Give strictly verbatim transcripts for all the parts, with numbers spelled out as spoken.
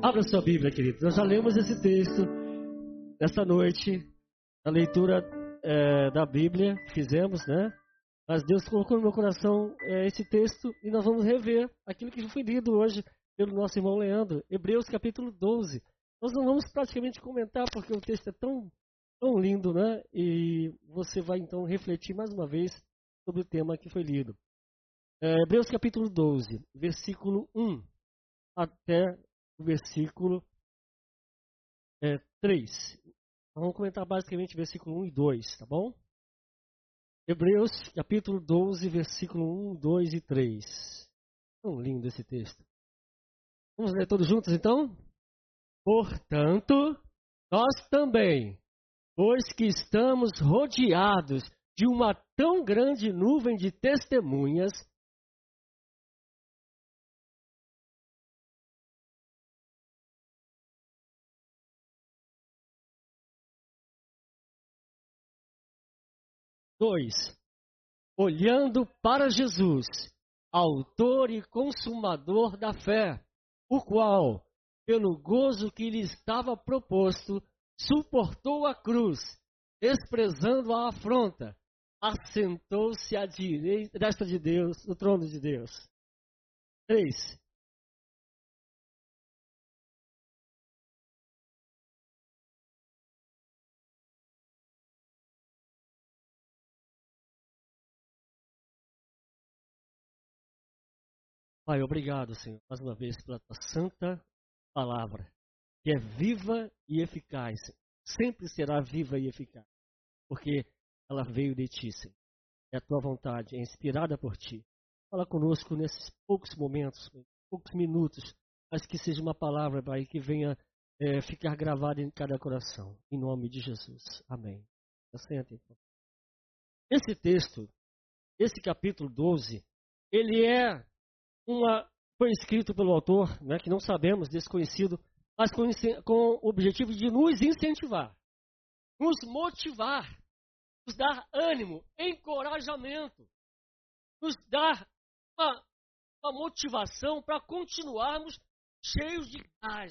Abra sua Bíblia, querido. Nós já lemos esse texto nesta noite, a leitura é, da Bíblia que fizemos, né? Mas Deus colocou no meu coração é, esse texto e nós vamos rever aquilo que foi lido hoje pelo nosso irmão Leandro, Hebreus capítulo doze. Nós não vamos praticamente comentar porque o texto é tão, tão lindo, né? E você vai então refletir mais uma vez sobre o tema que foi lido. É, Hebreus capítulo doze, versículo um até o versículo é, três. Vamos comentar basicamente versículo um e dois, tá bom? Hebreus capítulo doze, versículo um, dois e três. Tão lindo esse texto. Vamos ler todos juntos então? Portanto, nós também, pois que estamos rodeados de uma tão grande nuvem de testemunhas, dois, olhando para Jesus, autor e consumador da fé, o qual, pelo gozo que lhe estava proposto, suportou a cruz, desprezando a afronta, assentou-se à direita destra de Deus, no trono de Deus. três. Pai, obrigado, Senhor, mais uma vez pela tua santa palavra, que é viva e eficaz. Sempre será viva e eficaz, porque ela veio de ti, Senhor. É a tua vontade, é inspirada por ti. Fala conosco nesses poucos momentos, poucos minutos, mas que seja uma palavra, Pai, que venha é, ficar gravada em cada coração. Em nome de Jesus. Amém. Senta, então. Esse texto, esse capítulo doze, ele é uma, foi escrito pelo autor, né, que não sabemos, desconhecido, mas com, com o objetivo de nos incentivar, nos motivar, nos dar ânimo, encorajamento, nos dar uma, uma motivação para continuarmos cheios de gás.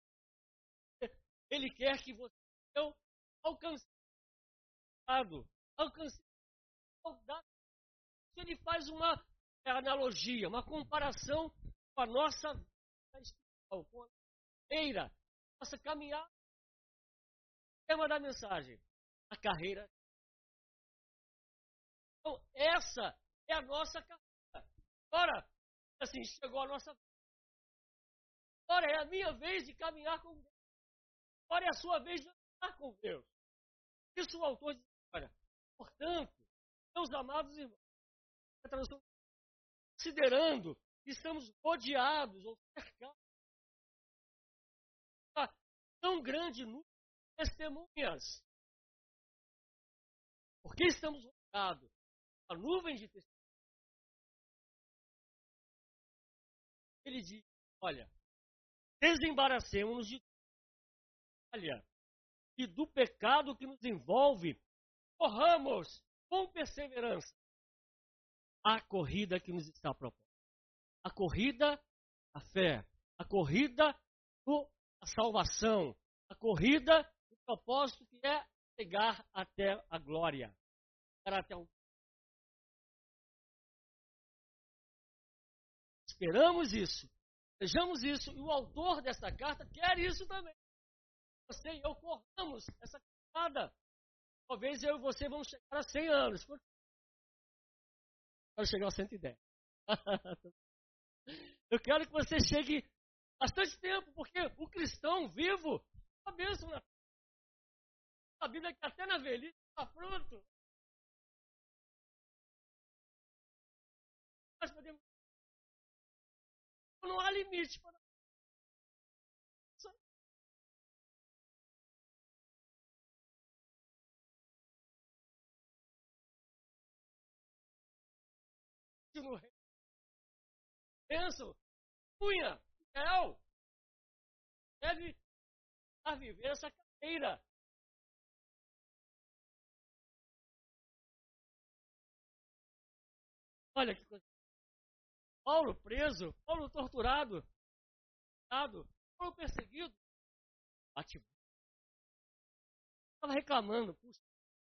Ele quer que você eu, alcance alcance ele faz uma analogia, uma comparação com a nossa vida espiritual, com a carreira, nossa caminhada. O tema da mensagem, a carreira. Então, essa é a nossa carreira. Agora, assim, chegou a nossa vez. Agora é a minha vez de caminhar com Deus. Agora é a sua vez de andar com Deus. Isso o autor diz, olha, portanto, meus amados irmãos, considerando que estamos rodeados ou cercados de tão grande número de testemunhas. Por que estamos rodeados? A nuvem de testemunhas. Ele diz, olha, desembaracemos-nos de olha, e do pecado que nos envolve, corramos com perseverança a corrida que nos está proposta. A corrida da fé, a corrida da salvação, a corrida do propósito que é chegar até a glória. Chegar até o... Esperamos isso, desejamos isso, e o autor desta carta quer isso também. Você e eu corramos essa caminhada. Talvez eu e você vamos chegar a cem anos. Quero chegar a cento e dez. Eu quero que você chegue bastante tempo, porque o cristão vivo é uma bênção. A Bíblia que até na velhice está pronto. Nós podemos... Não há limite para no reino. Bênção, cunha, fiel, deve a viver essa carreira. Olha que coisa. Paulo preso, Paulo torturado, Paulo perseguido, bate. Estava reclamando, puxa.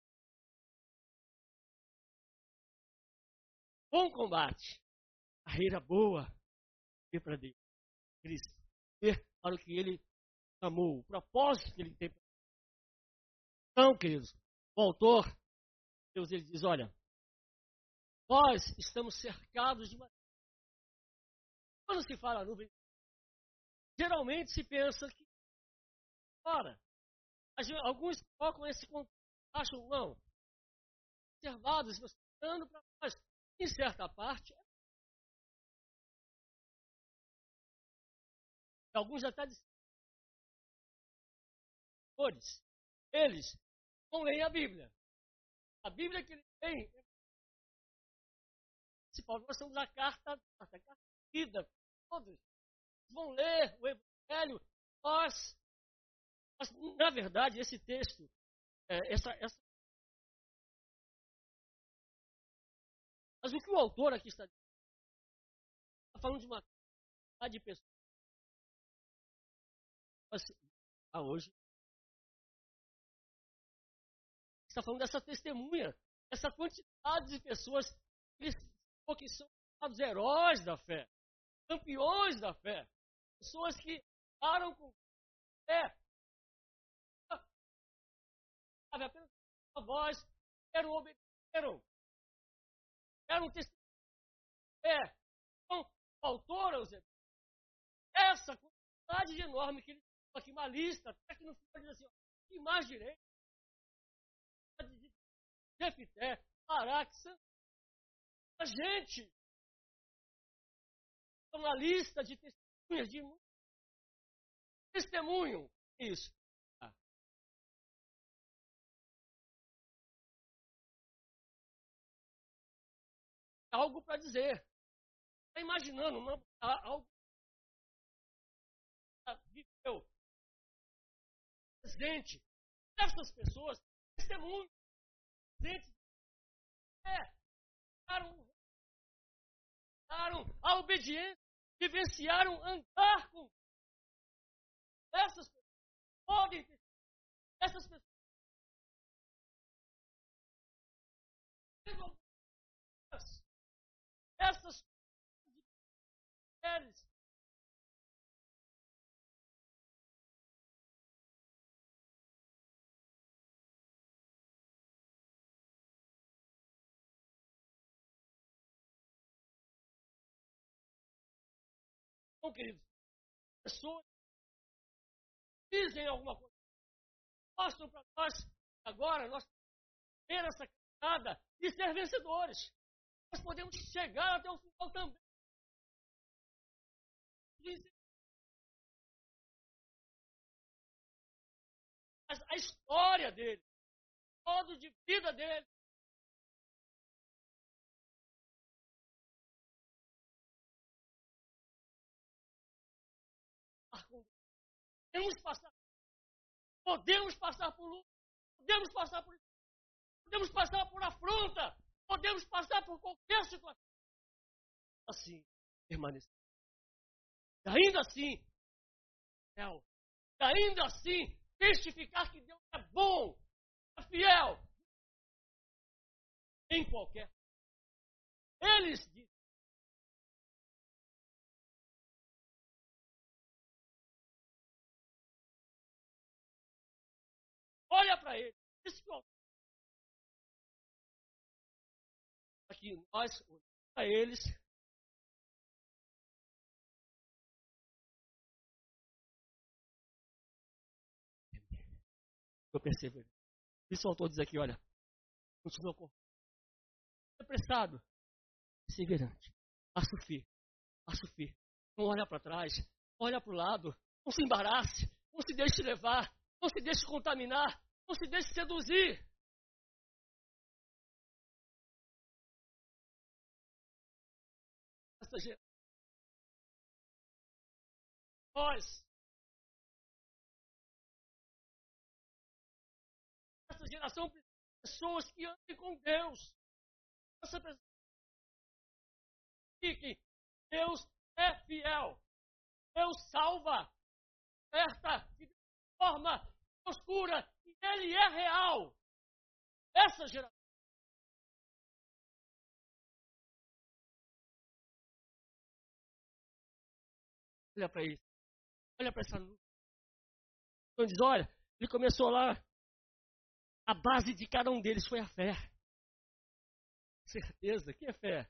Bom combate, carreira boa, e para Deus, Cristo, ver para o que Ele amou, o propósito que Ele tem. Então, queridos, o autor, Deus, ele diz, olha, nós estamos cercados de uma... Quando se fala nuvem, geralmente se pensa que, ora, alguns colocam esse contexto, acham, não, observados, mostrando para nós, em certa parte, alguns até dizem, eles não leem a Bíblia. A Bíblia que eles leem, nós somos a carta, a carta vida, todos vão ler o Evangelho, nós, mas, na verdade, esse texto, é, essa, essa, mas o que o autor aqui está dizendo, está falando de uma quantidade de pessoas, mas, ah, hoje, está falando dessa testemunha, essa quantidade de pessoas que, que são os heróis da fé, campeões da fé, pessoas que param com fé, sabe, apenas a voz, eram obedeceram, eram testemunhas de fé. Então, o autor, essa quantidade enorme que ele tem aqui, uma lista, até que no final diz assim, ó, e mais direito, Jefité, Araque, a gente, uma lista de testemunhas, de testemunho, isso. Ah. Algo para dizer. Está imaginando uma, algo que viveu presente. Essas pessoas, testemunhos, presentes, é, daram a obediência, vivenciaram andar com essas pessoas. Podem ter essas pessoas. Essas mulheres então, queridos, pessoas dizem alguma coisa, mostram para nós agora nós ter essa caminhada e ser vencedores. Nós podemos chegar até o final também. Mas a história dele, o modo de vida dele, podemos passar, podemos passar por luta, podemos passar por podemos passar por afronta, podemos passar por qualquer situação. Assim, permanecer. E ainda assim, fiel. E ainda assim, testificar que Deus é bom, é fiel. Em qualquer. Eles dizem. Olha para ele. Isso que eu... Aqui, nós olhamos para eles. Eu percebo. Isso o autor diz aqui, olha. Continua com. Apressado. Perseverante. Passo firme. Passo firme. Não olha para trás. Olha para o lado. Não se embarace. Não se deixe levar. Não se deixe contaminar. Não se deixe seduzir. Essa geração. Nós. Essa geração precisa de pessoas que andem com Deus. Essa pessoa. Fiquem. Deus é fiel. Deus salva. oferta que forma oscura, e ele é real. Essa geração. Olha para isso. Olha para essa luz. Então diz, olha, ele começou lá, a base de cada um deles foi a fé. Certeza, que é fé?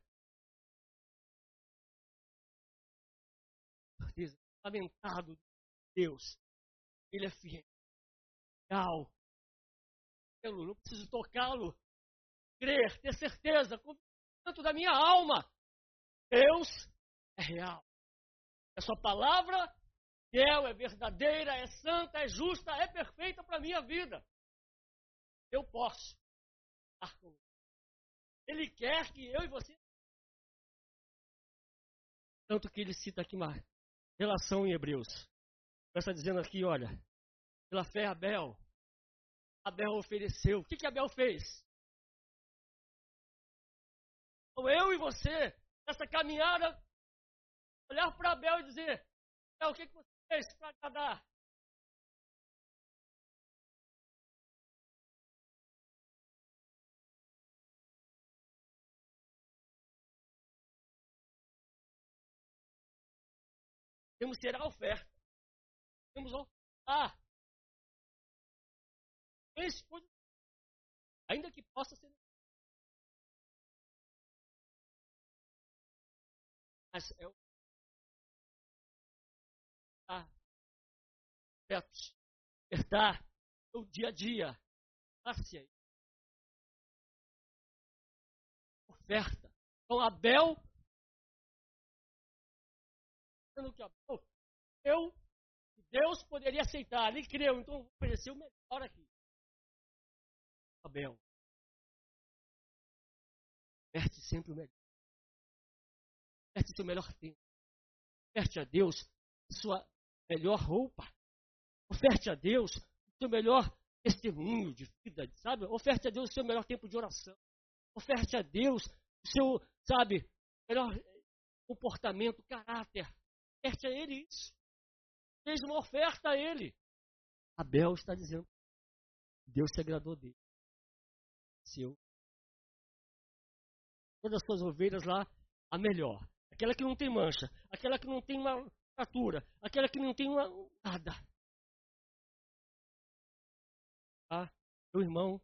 Certeza, lamentado Deus. Ele é fiel. Real. Eu não preciso tocá-lo. Crer, ter certeza, com tanto da minha alma. Deus é real. A sua palavra é fiel, é verdadeira, é santa, é justa, é perfeita para a minha vida. Eu posso estar com ele. Ele quer que eu e você. Tanto que ele cita aqui uma relação em Hebreus. Está dizendo aqui, olha, pela fé Abel, Abel ofereceu. O que, que Abel fez? Então eu e você, nessa caminhada, olhar para Abel e dizer, Abel, o que, que você fez para agradar? Temos que ter a oferta. Temos que ofertar. Ainda que possa ser. Mas é o. Ah, ofertar o dia a dia. Faça aí. Oferta. Então, Abel. Sendo que Abel. Eu. Deus poderia aceitar. Ele creu. Então, vou oferecer o melhor aqui. Abel. Oferte sempre o melhor. Oferte seu melhor tempo. Oferte a Deus sua melhor roupa. Oferte a Deus o seu melhor testemunho de vida, sabe? Oferte a Deus o seu melhor tempo de oração. Oferte a Deus o seu, sabe, melhor comportamento, caráter. Oferte a Ele isso. Fez uma oferta a Ele. Abel está dizendo, Deus se agradou dele. Seu. Todas as suas ovelhas lá, a melhor. Aquela que não tem mancha. Aquela que não tem uma fratura. Aquela que não tem uma, nada. Tá? Meu irmão.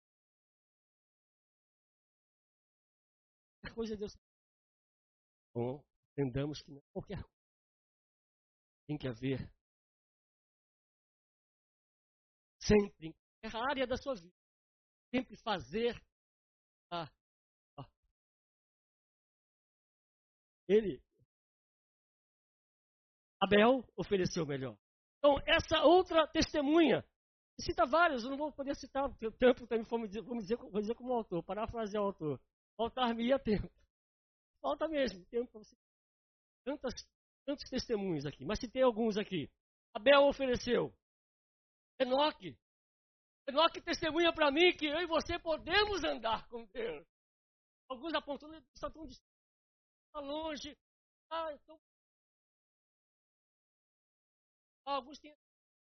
Qualquer coisa Deus. Bom, entendamos que não é qualquer coisa. Tem que haver. Sempre, em qualquer área da sua vida. Sempre fazer a. a ele. Abel ofereceu o melhor. Então, essa outra testemunha. Cita várias, eu não vou poder citar, porque o tempo também, vamos dizer, vamos dizer, vou dizer como autor, parafrasear o autor. Faltar-me-ia tempo. Falta mesmo tempo para você. Tantas, tantos testemunhos aqui, mas citei alguns aqui. Abel ofereceu. Enoque. Enoque testemunha para mim que eu e você podemos andar com Deus. Alguns apontando, está tão distante, está longe. Ah, então... Alguns têm.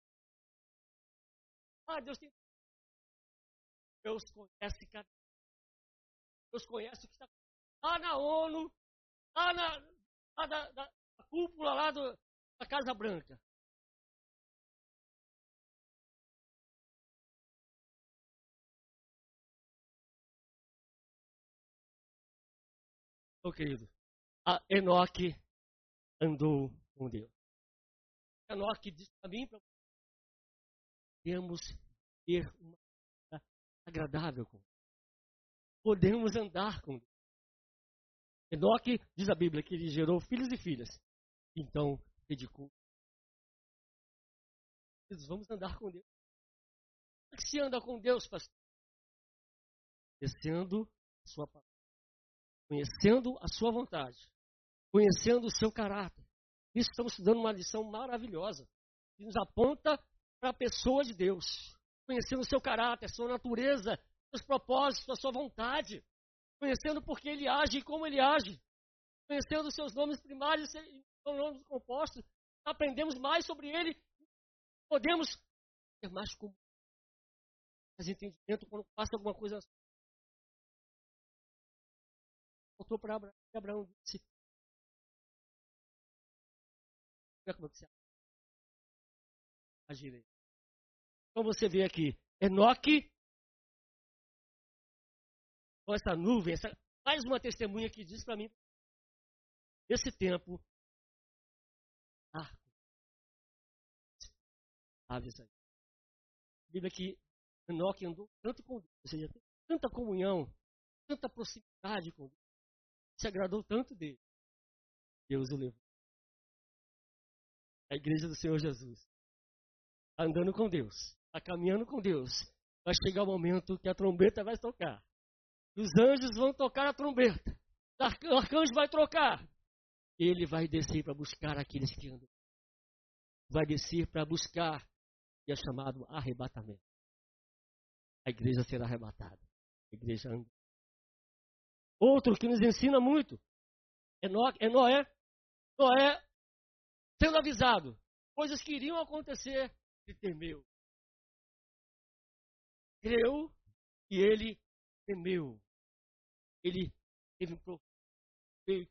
Ah, Deus tem. Deus conhece cada. Deus conhece o que está lá na ONU, lá na, lá da, da, da cúpula lá do, da Casa Branca. Meu querido, a Enoque andou com Deus. Enoque disse para mim, para podemos ter uma vida agradável com Deus. Podemos andar com Deus. Enoque, diz a Bíblia, que ele gerou filhos e filhas. Então, dedicou. Vamos andar com Deus. Como é que se anda com Deus, pastor? Conhecendo a sua palavra. Conhecendo a sua vontade. Conhecendo o seu caráter. Isso estamos estudando uma lição maravilhosa. Que nos aponta para a pessoa de Deus. Conhecendo o seu caráter, a sua natureza, seus propósitos, a sua vontade. Conhecendo por que ele age e como ele age. Conhecendo os seus nomes primários e nomes compostos. Aprendemos mais sobre ele. podemos ter mais comum, mais entendimento quando passa alguma coisa assim. Voltou para Abraão, e Abraão disse, como é que você agirei? Então você vê aqui, Enoque, com essa nuvem, essa, mais uma testemunha que diz para mim, esse tempo, arco, aves aí. A Bíblia que Enoque andou tanto com Deus, ou seja, tanta comunhão, tanta proximidade com Deus, se agradou tanto dele. Deus o levou. A igreja do Senhor Jesus, andando com Deus, está caminhando com Deus, vai chegar o momento que a trombeta vai tocar. Os anjos vão tocar a trombeta. O arcanjo vai trocar. Ele vai descer para buscar aqueles que andam. Vai descer para buscar o que é chamado arrebatamento. A igreja será arrebatada. A igreja anda. Outro que nos ensina muito é Noé. Noé sendo avisado. Coisas que iriam acontecer. Ele temeu. Creu e ele temeu. Ele teve um proveito.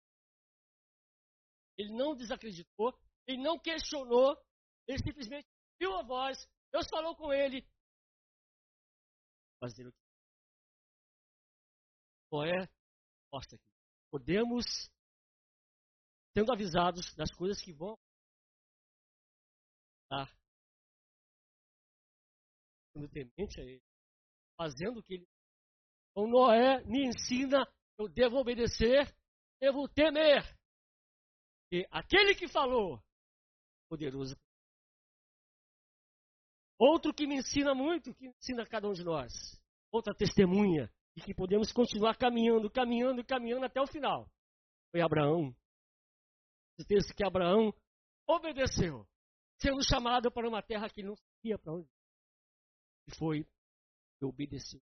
Ele não desacreditou, ele não questionou, ele simplesmente viu a voz, Deus falou com ele. Fazer o que? Noé mostra aqui. Podemos, sendo avisados das coisas que vão estar, sendo temente a ele, fazendo o que ele. Então Noé me ensina, eu devo obedecer, devo temer. E aquele que falou, poderoso. Outro que me ensina muito, que ensina a cada um de nós. Outra testemunha, de que podemos continuar caminhando, caminhando, caminhando até o final. Foi Abraão. O texto que Abraão obedeceu, sendo chamado para uma terra que não sabia para onde. E foi e obedeceu.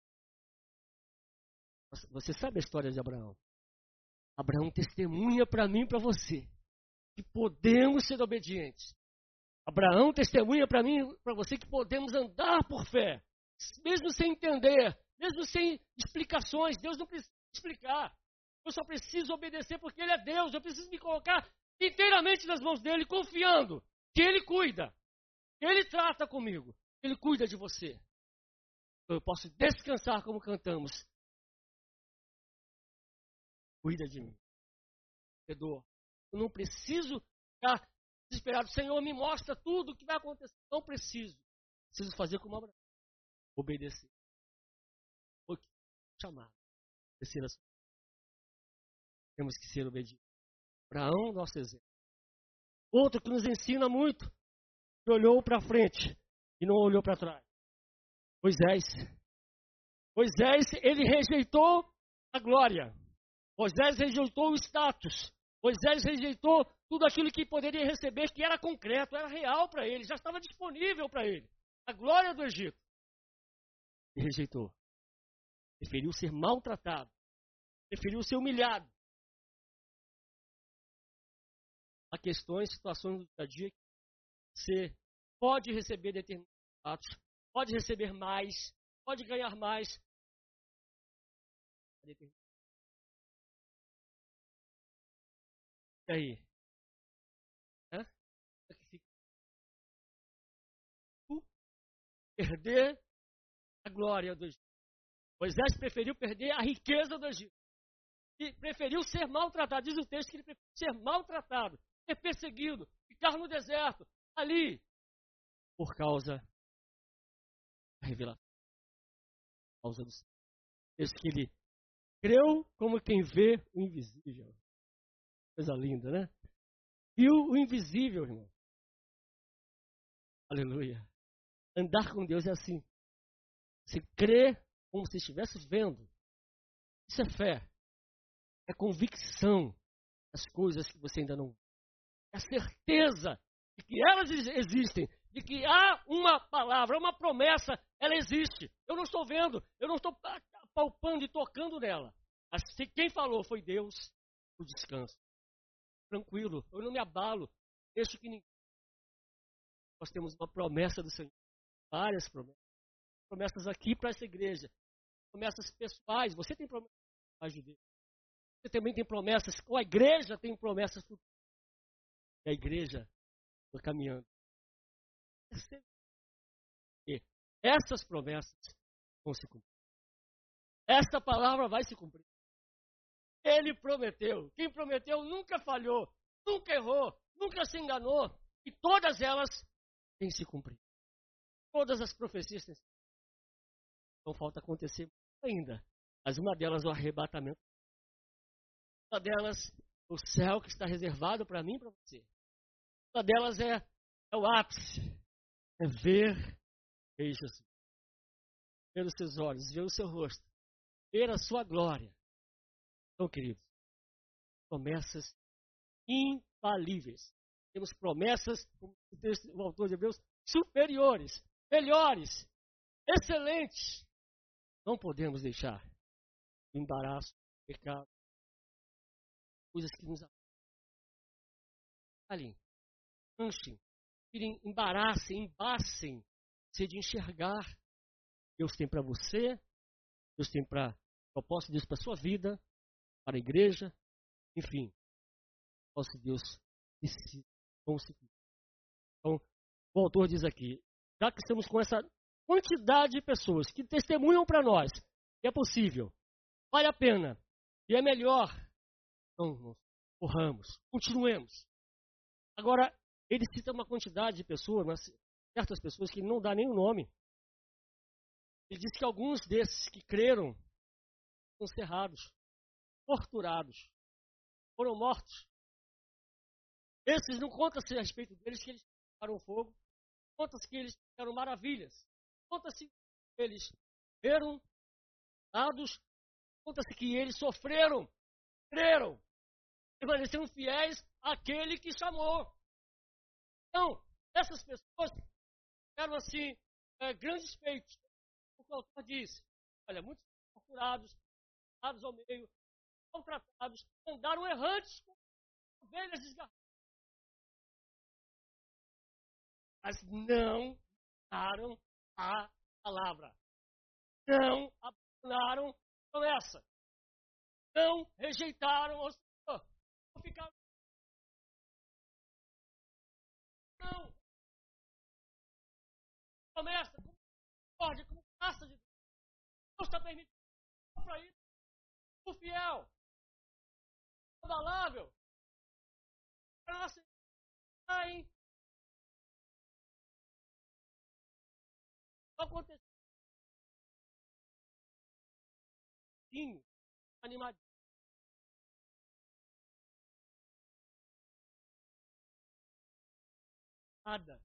Você sabe a história de Abraão? Abraão testemunha para mim e para você que podemos ser obedientes. Abraão testemunha para mim e para você que podemos andar por fé, mesmo sem entender, mesmo sem explicações. Deus não precisa explicar. Eu só preciso obedecer porque Ele é Deus. Eu preciso me colocar inteiramente nas mãos dEle, confiando que Ele cuida, que Ele trata comigo, que Ele cuida de você. Então eu posso descansar como cantamos. Cuida de mim. Eu não preciso ficar desesperado. Senhor, me mostra tudo o que vai acontecer. Não preciso. Preciso fazer como Abraão. Obedecer. Foi chamado. Obedecer a sua. Temos que ser obedientes. Abraão, nosso exemplo. Outro que nos ensina muito, que olhou para frente e não olhou para trás. Moisés. Moisés, ele rejeitou a glória. Moisés rejeitou o status. Moisés rejeitou tudo aquilo que poderia receber, que era concreto, era real para ele, já estava disponível para ele. A glória do Egito. Ele rejeitou. Preferiu ser maltratado. Preferiu ser humilhado. Há questões, situações do dia a dia que você pode receber determinados status, pode receber mais, pode ganhar mais. E aí? Hã? Perder a glória do Egito. Moisés preferiu perder a riqueza do Egito. E preferiu ser maltratado. Diz o texto que ele preferiu ser maltratado, ser perseguido, ficar no deserto, ali, por causa da revelação. Por causa do céu. Diz que ele creu como quem vê o invisível. Coisa linda, né? Viu o invisível, irmão. Aleluia. Andar com Deus é assim. Você crê como se estivesse vendo. Isso é fé. É convicção das coisas que você ainda não vê. É a certeza de que elas existem. De que há uma palavra, uma promessa, ela existe. Eu não estou vendo, eu não estou palpando e tocando nela. Mas se quem falou foi Deus, o descanso. Tranquilo, eu não me abalo, deixo que ninguém. Nós temos uma promessa do Senhor, várias promessas. Promessas aqui para essa igreja, promessas pessoais. Você tem promessas pessoais de Deus. Você também tem promessas, ou a igreja tem promessas futuras. E a igreja está caminhando. E essas promessas vão se cumprir. Esta palavra vai se cumprir. Ele prometeu. Quem prometeu nunca falhou, nunca errou, nunca se enganou. E todas elas têm se cumprido. Todas as profecias têm se cumprido. Então falta acontecer ainda. Mas uma delas é o arrebatamento. Uma delas é o céu que está reservado para mim e para você. Uma delas é, é o ápice. É ver, ver Jesus. Ver os seus olhos, ver o seu rosto. Ver a sua glória. Então, queridos, promessas infalíveis. Temos promessas, como o, texto, o autor de Hebreus, superiores, melhores, excelentes. Não podemos deixar o embaraço, o pecado, coisas que nos atrapalhem, manchem, embaraçem, embacem, se de enxergar. Deus tem para você, Deus tem para o propósito de Deus para a sua vida, para a igreja, enfim, o propósito de Deus precisa conseguir. Então, o autor diz aqui, já que estamos com essa quantidade de pessoas que testemunham para nós que é possível, vale a pena e é melhor, não, não corramos, continuemos. Agora, ele cita uma quantidade de pessoas, mas certas pessoas que não dá nem o nome. Ele diz que alguns desses que creram foram cerrados, torturados, foram mortos. Esses não conta-se a respeito deles que eles ficaram fogo, conta-se que eles fizeram maravilhas, conta-se que eles eram dados, conta-se que eles sofreram, creram, permaneceram fiéis àquele que chamou. Então, essas pessoas eram assim, é, grandes feitos. O que o autor disse, olha, muitos torturados, dados ao meio, maltratados, andaram errantes com ovelhas desgarradas. Mas não abandonaram a palavra. Não abandonaram a promessa. Não rejeitaram o Senhor. Não ficaram. Não. Promessa, como ordem, como graça de Deus. Deus está permitindo para isso. O fiel. Inabalável. Graça. Ai. Aconteceu. Animadinho. Nada.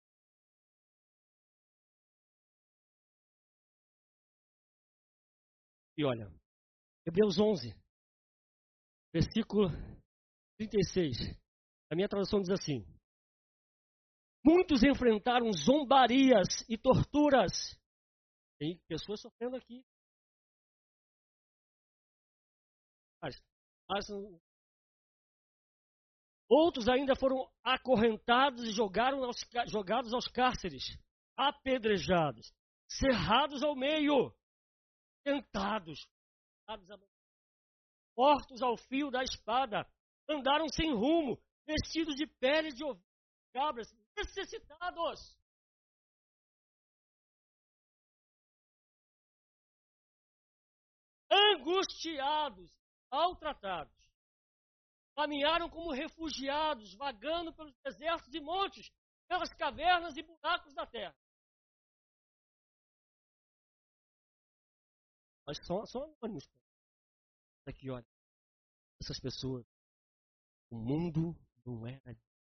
E olha, Hebreus onze, versículo trinta e seis. A minha tradução diz assim: muitos enfrentaram zombarias e torturas. Tem pessoas sofrendo aqui. Mas, mas outros ainda foram acorrentados e jogaram aos, jogados aos cárceres, apedrejados, cerrados ao meio, tentados, mortos ao fio da espada, andaram sem rumo, vestidos de peles de ovelhas e cabras, necessitados. Angustiados, maltratados. Caminharam como refugiados, vagando pelos desertos e montes, pelas cavernas e buracos da terra. Mas são, são anônimos. Aqui, olha. Essas pessoas. O mundo não era.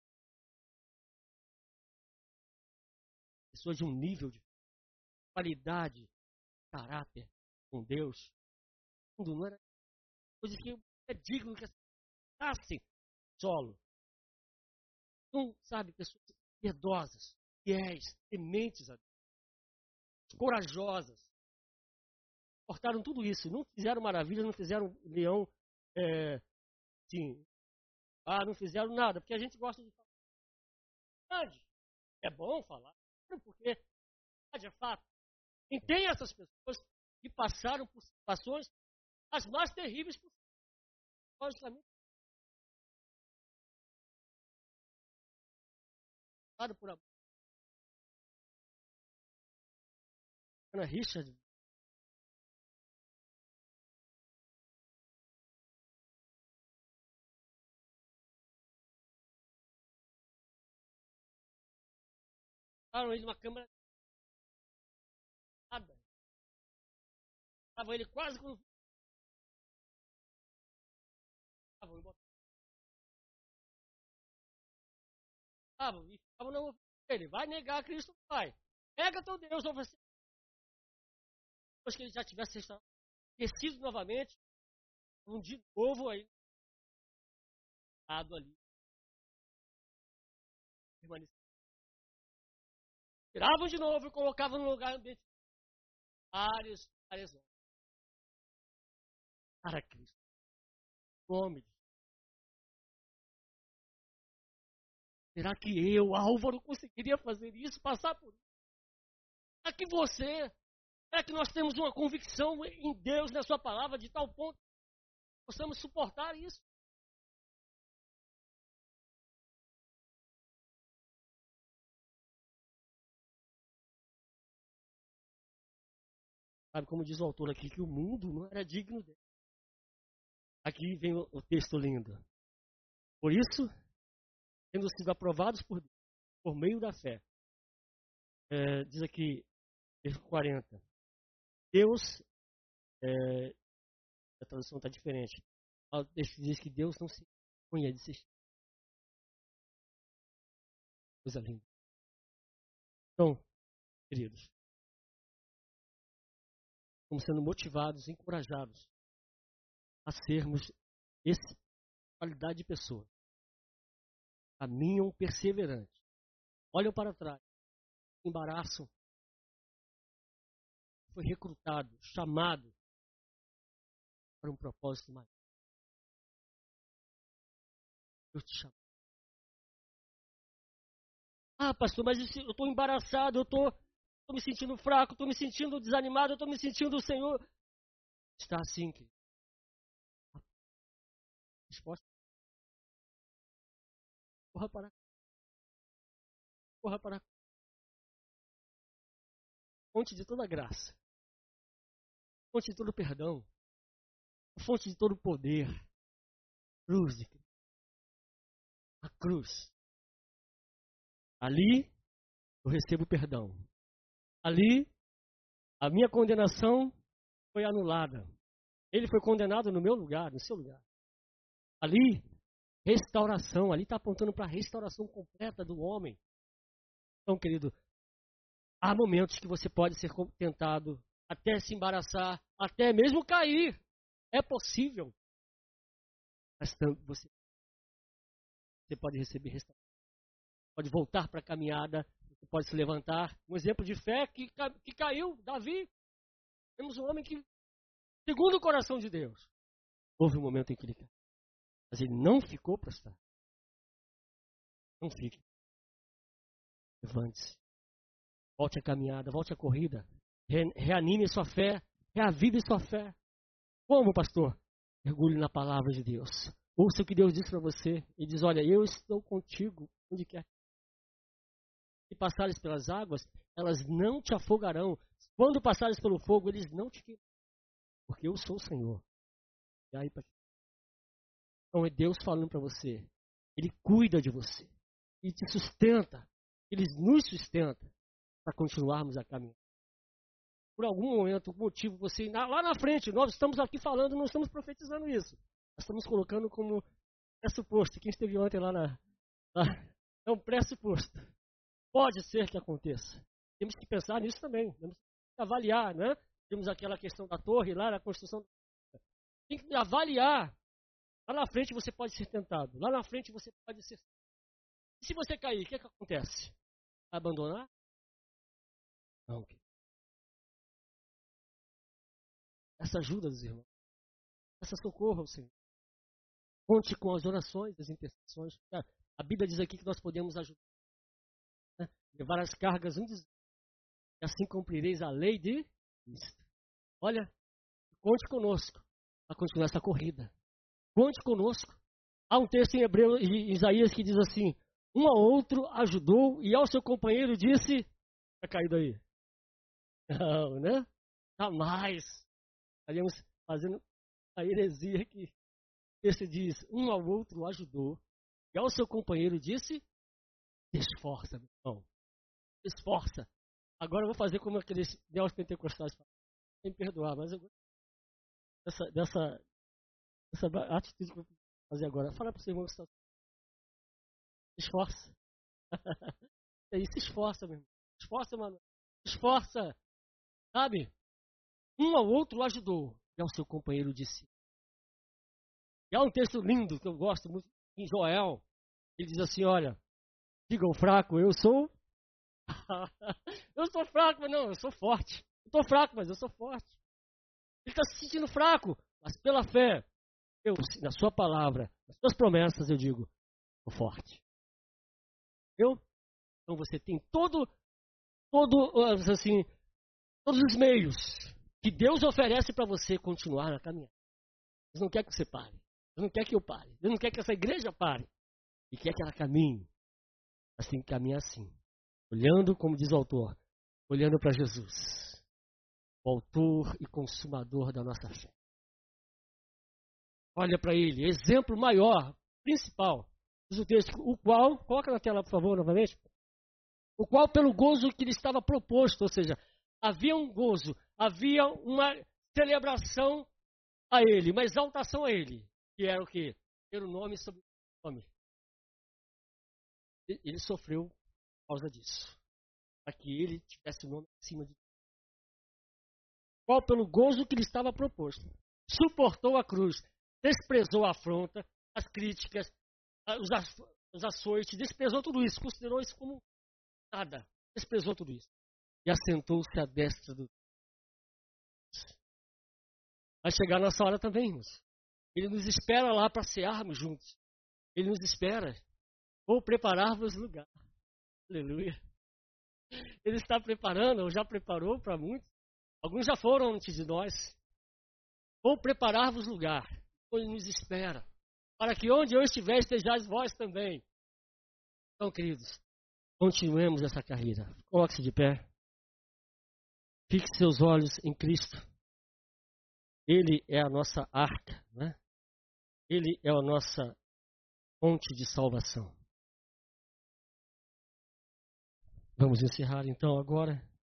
Pessoas de um nível de qualidade, de caráter com Deus. O mundo não era. Coisas que é digno que nascem solo. Não, sabe, pessoas piedosas, fiéis, tementes a Deus, corajosas. Cortaram tudo isso, não fizeram maravilhas, não fizeram leão, é, sim, ah, não fizeram nada, porque a gente gosta de falar grande, É bom falar, porque é fato. E tem essas pessoas que passaram por situações as mais terríveis possíveis. Logicamente, por a Ana Richard. Botaram ele numa câmera. Estava ele quase com. Estavam e ficavam na ouvido dele. Vai negar Cristo, vai. Nega teu Deus, ou você. Depois que ele já tivesse esquecido novamente, um de novo aí. Ali. Tiravam de novo e colocavam no lugar ambiente. Vários, várias horas. Para Cristo. Nome de Será que eu, Álvaro, conseguiria fazer isso, passar por isso? Será que você, será que nós temos uma convicção em Deus, na sua palavra, de tal ponto que possamos suportar isso? Sabe como diz o autor aqui, que o mundo não era digno dele. Aqui vem o, o texto lindo. Por isso, tendo sido aprovados por Deus, por meio da fé. É, diz aqui, versículo quarenta. Deus, é, a tradução está diferente. Diz que Deus não se punha de desistir. Coisa linda. Então, queridos, estamos sendo motivados, encorajados a sermos essa qualidade de pessoa. Caminham perseverantes. Olham para trás. Embaraçam. Foi recrutado, chamado para um propósito maior. Eu te chamo. Ah, pastor, mas eu estou embaraçado, eu estou me sentindo fraco, estou me sentindo desanimado, eu estou me sentindo o Senhor. Está assim, querido. Resposta. Corra para cá. Corra para cá. Fonte de toda graça. Fonte de todo perdão. Fonte de todo poder. Cruz de Cristo. A cruz. Ali eu recebo perdão. Ali a minha condenação foi anulada. Ele foi condenado no meu lugar, no seu lugar. Ali, restauração. Ali está apontando para a restauração completa do homem. Então, querido, há momentos que você pode ser tentado, até se embaraçar, até mesmo cair. É possível. Mas você, você pode receber restauração. Pode voltar para a caminhada, você pode se levantar. Um exemplo de fé que, que caiu, Davi. Temos um homem que, segundo o coração de Deus, houve um momento em que ele caiu. Mas ele não ficou prostrado. Não fique. Levante-se. Volte à caminhada, volte à corrida. Re, reanime sua fé. Reavive sua fé. Como, pastor? Mergulhe na palavra de Deus. Ouça o que Deus diz para você. Ele diz, olha, eu estou contigo onde quer. Se passares pelas águas, elas não te afogarão. Quando passares pelo fogo, eles não te queimarão. Porque eu sou o Senhor. E aí, então é Deus falando para você. Ele cuida de você. Ele te sustenta. Ele nos sustenta para continuarmos a caminhar. Por algum momento, por motivo, você lá na frente, nós estamos aqui falando, não estamos profetizando isso. Nós estamos colocando como pressuposto. Quem esteve ontem lá na... Lá, é um pressuposto. Pode ser que aconteça. Temos que pensar nisso também. Temos que avaliar, né? Temos aquela questão da torre lá, na construção. Tem que avaliar. Lá na frente você pode ser tentado. Lá na frente você pode ser... E se você cair, o que, é que acontece? Vai abandonar? Não. Essa ajuda dos irmãos. Essa socorro ao Senhor. Conte com as orações, as intercessões. A Bíblia diz aqui que nós podemos ajudar. Né? levar as cargas um dos outros, e assim cumprireis a lei de Cristo. Olha, conte conosco para continuar essa corrida. Conte conosco. Há um texto em Hebreu, em Isaías, que diz assim: um ao outro ajudou e ao seu companheiro disse... Está caído aí? Não, né? Jamais. Estaríamos fazendo a heresia aqui. O texto diz: um ao outro ajudou e ao seu companheiro disse: esforça, meu irmão. Esforça. Agora eu vou fazer como aqueles neopentecostais falam. Sem perdoar, mas eu gosto dessa, dessa, dessa atitude que eu vou fazer agora. Fala para o seu irmão que está. Esforça. É isso, esforça, meu irmão. Esforça, mano. Esforça. Sabe? Um ao outro ajudou e ao seu companheiro disse. E há um texto lindo que eu gosto muito em Joel. Ele diz assim: olha, diga ao fraco, eu sou. Eu sou fraco, mas não, eu sou forte. Eu estou fraco, mas eu sou forte. Ele está se sentindo fraco, mas pela fé, eu, na sua palavra, nas suas promessas, eu digo, sou forte. Eu? Então você tem todo, todo, assim, todos os meios que Deus oferece para você continuar na caminhada. Deus não quer que você pare. Deus não quer que eu pare. Deus não quer que essa igreja pare. E quer que ela caminhe. Assim, caminhe assim. Olhando, como diz o autor, olhando para Jesus, o autor e consumador da nossa fé. Olha para ele, exemplo maior, principal, diz o texto, o qual, coloca na tela por favor novamente, o qual pelo gozo que lhe estava proposto, ou seja, havia um gozo, havia uma celebração a ele, uma exaltação a ele, que era o quê? Ter o nome sobre o nome. Ele sofreu por causa disso, para que ele tivesse o nome acima de tudo. Qual pelo gozo que lhe estava proposto, suportou a cruz, desprezou a afronta, as críticas, os, os açoites, desprezou tudo isso, considerou isso como nada, desprezou tudo isso. E assentou-se à destra do Deus. Vai chegar nossa hora também, irmãos. Ele nos espera lá para cearmos juntos. Ele nos espera. Vou preparar-vos lugar. Aleluia. Ele está preparando, ou já preparou para muitos. Alguns já foram antes de nós. Vou preparar-vos lugar. Ele nos espera. Para que onde eu estiver, estejais vós também. Então, queridos, continuemos essa carreira. Coloque-se de pé. Fixe seus olhos em Cristo. Ele é a nossa arca, né? Ele é a nossa fonte de salvação. Vamos encerrar então agora.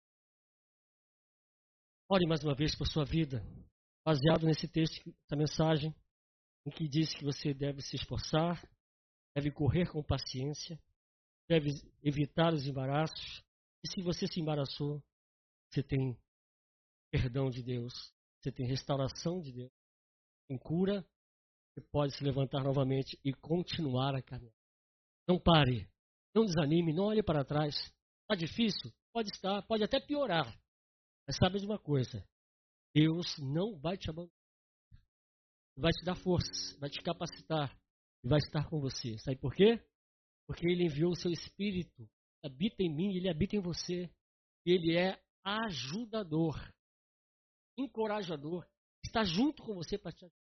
Ore mais uma vez por sua vida, baseado nesse texto, essa mensagem, em que diz que você deve se esforçar, deve correr com paciência, deve evitar os embaraços. E se você se embaraçou, você tem perdão de Deus, você tem restauração de Deus, tem cura, você pode se levantar novamente e continuar a caminhar. Não pare, não desanime, não olhe para trás. Está difícil? Pode estar, pode até piorar. Mas sabe de uma coisa, Deus não vai te abandonar. Vai te dar forças, vai te capacitar e vai estar com você. Sabe por quê? Porque Ele enviou o seu Espírito, habita em mim, Ele habita em você. Ele é ajudador, encorajador, está junto com você para te ajudar.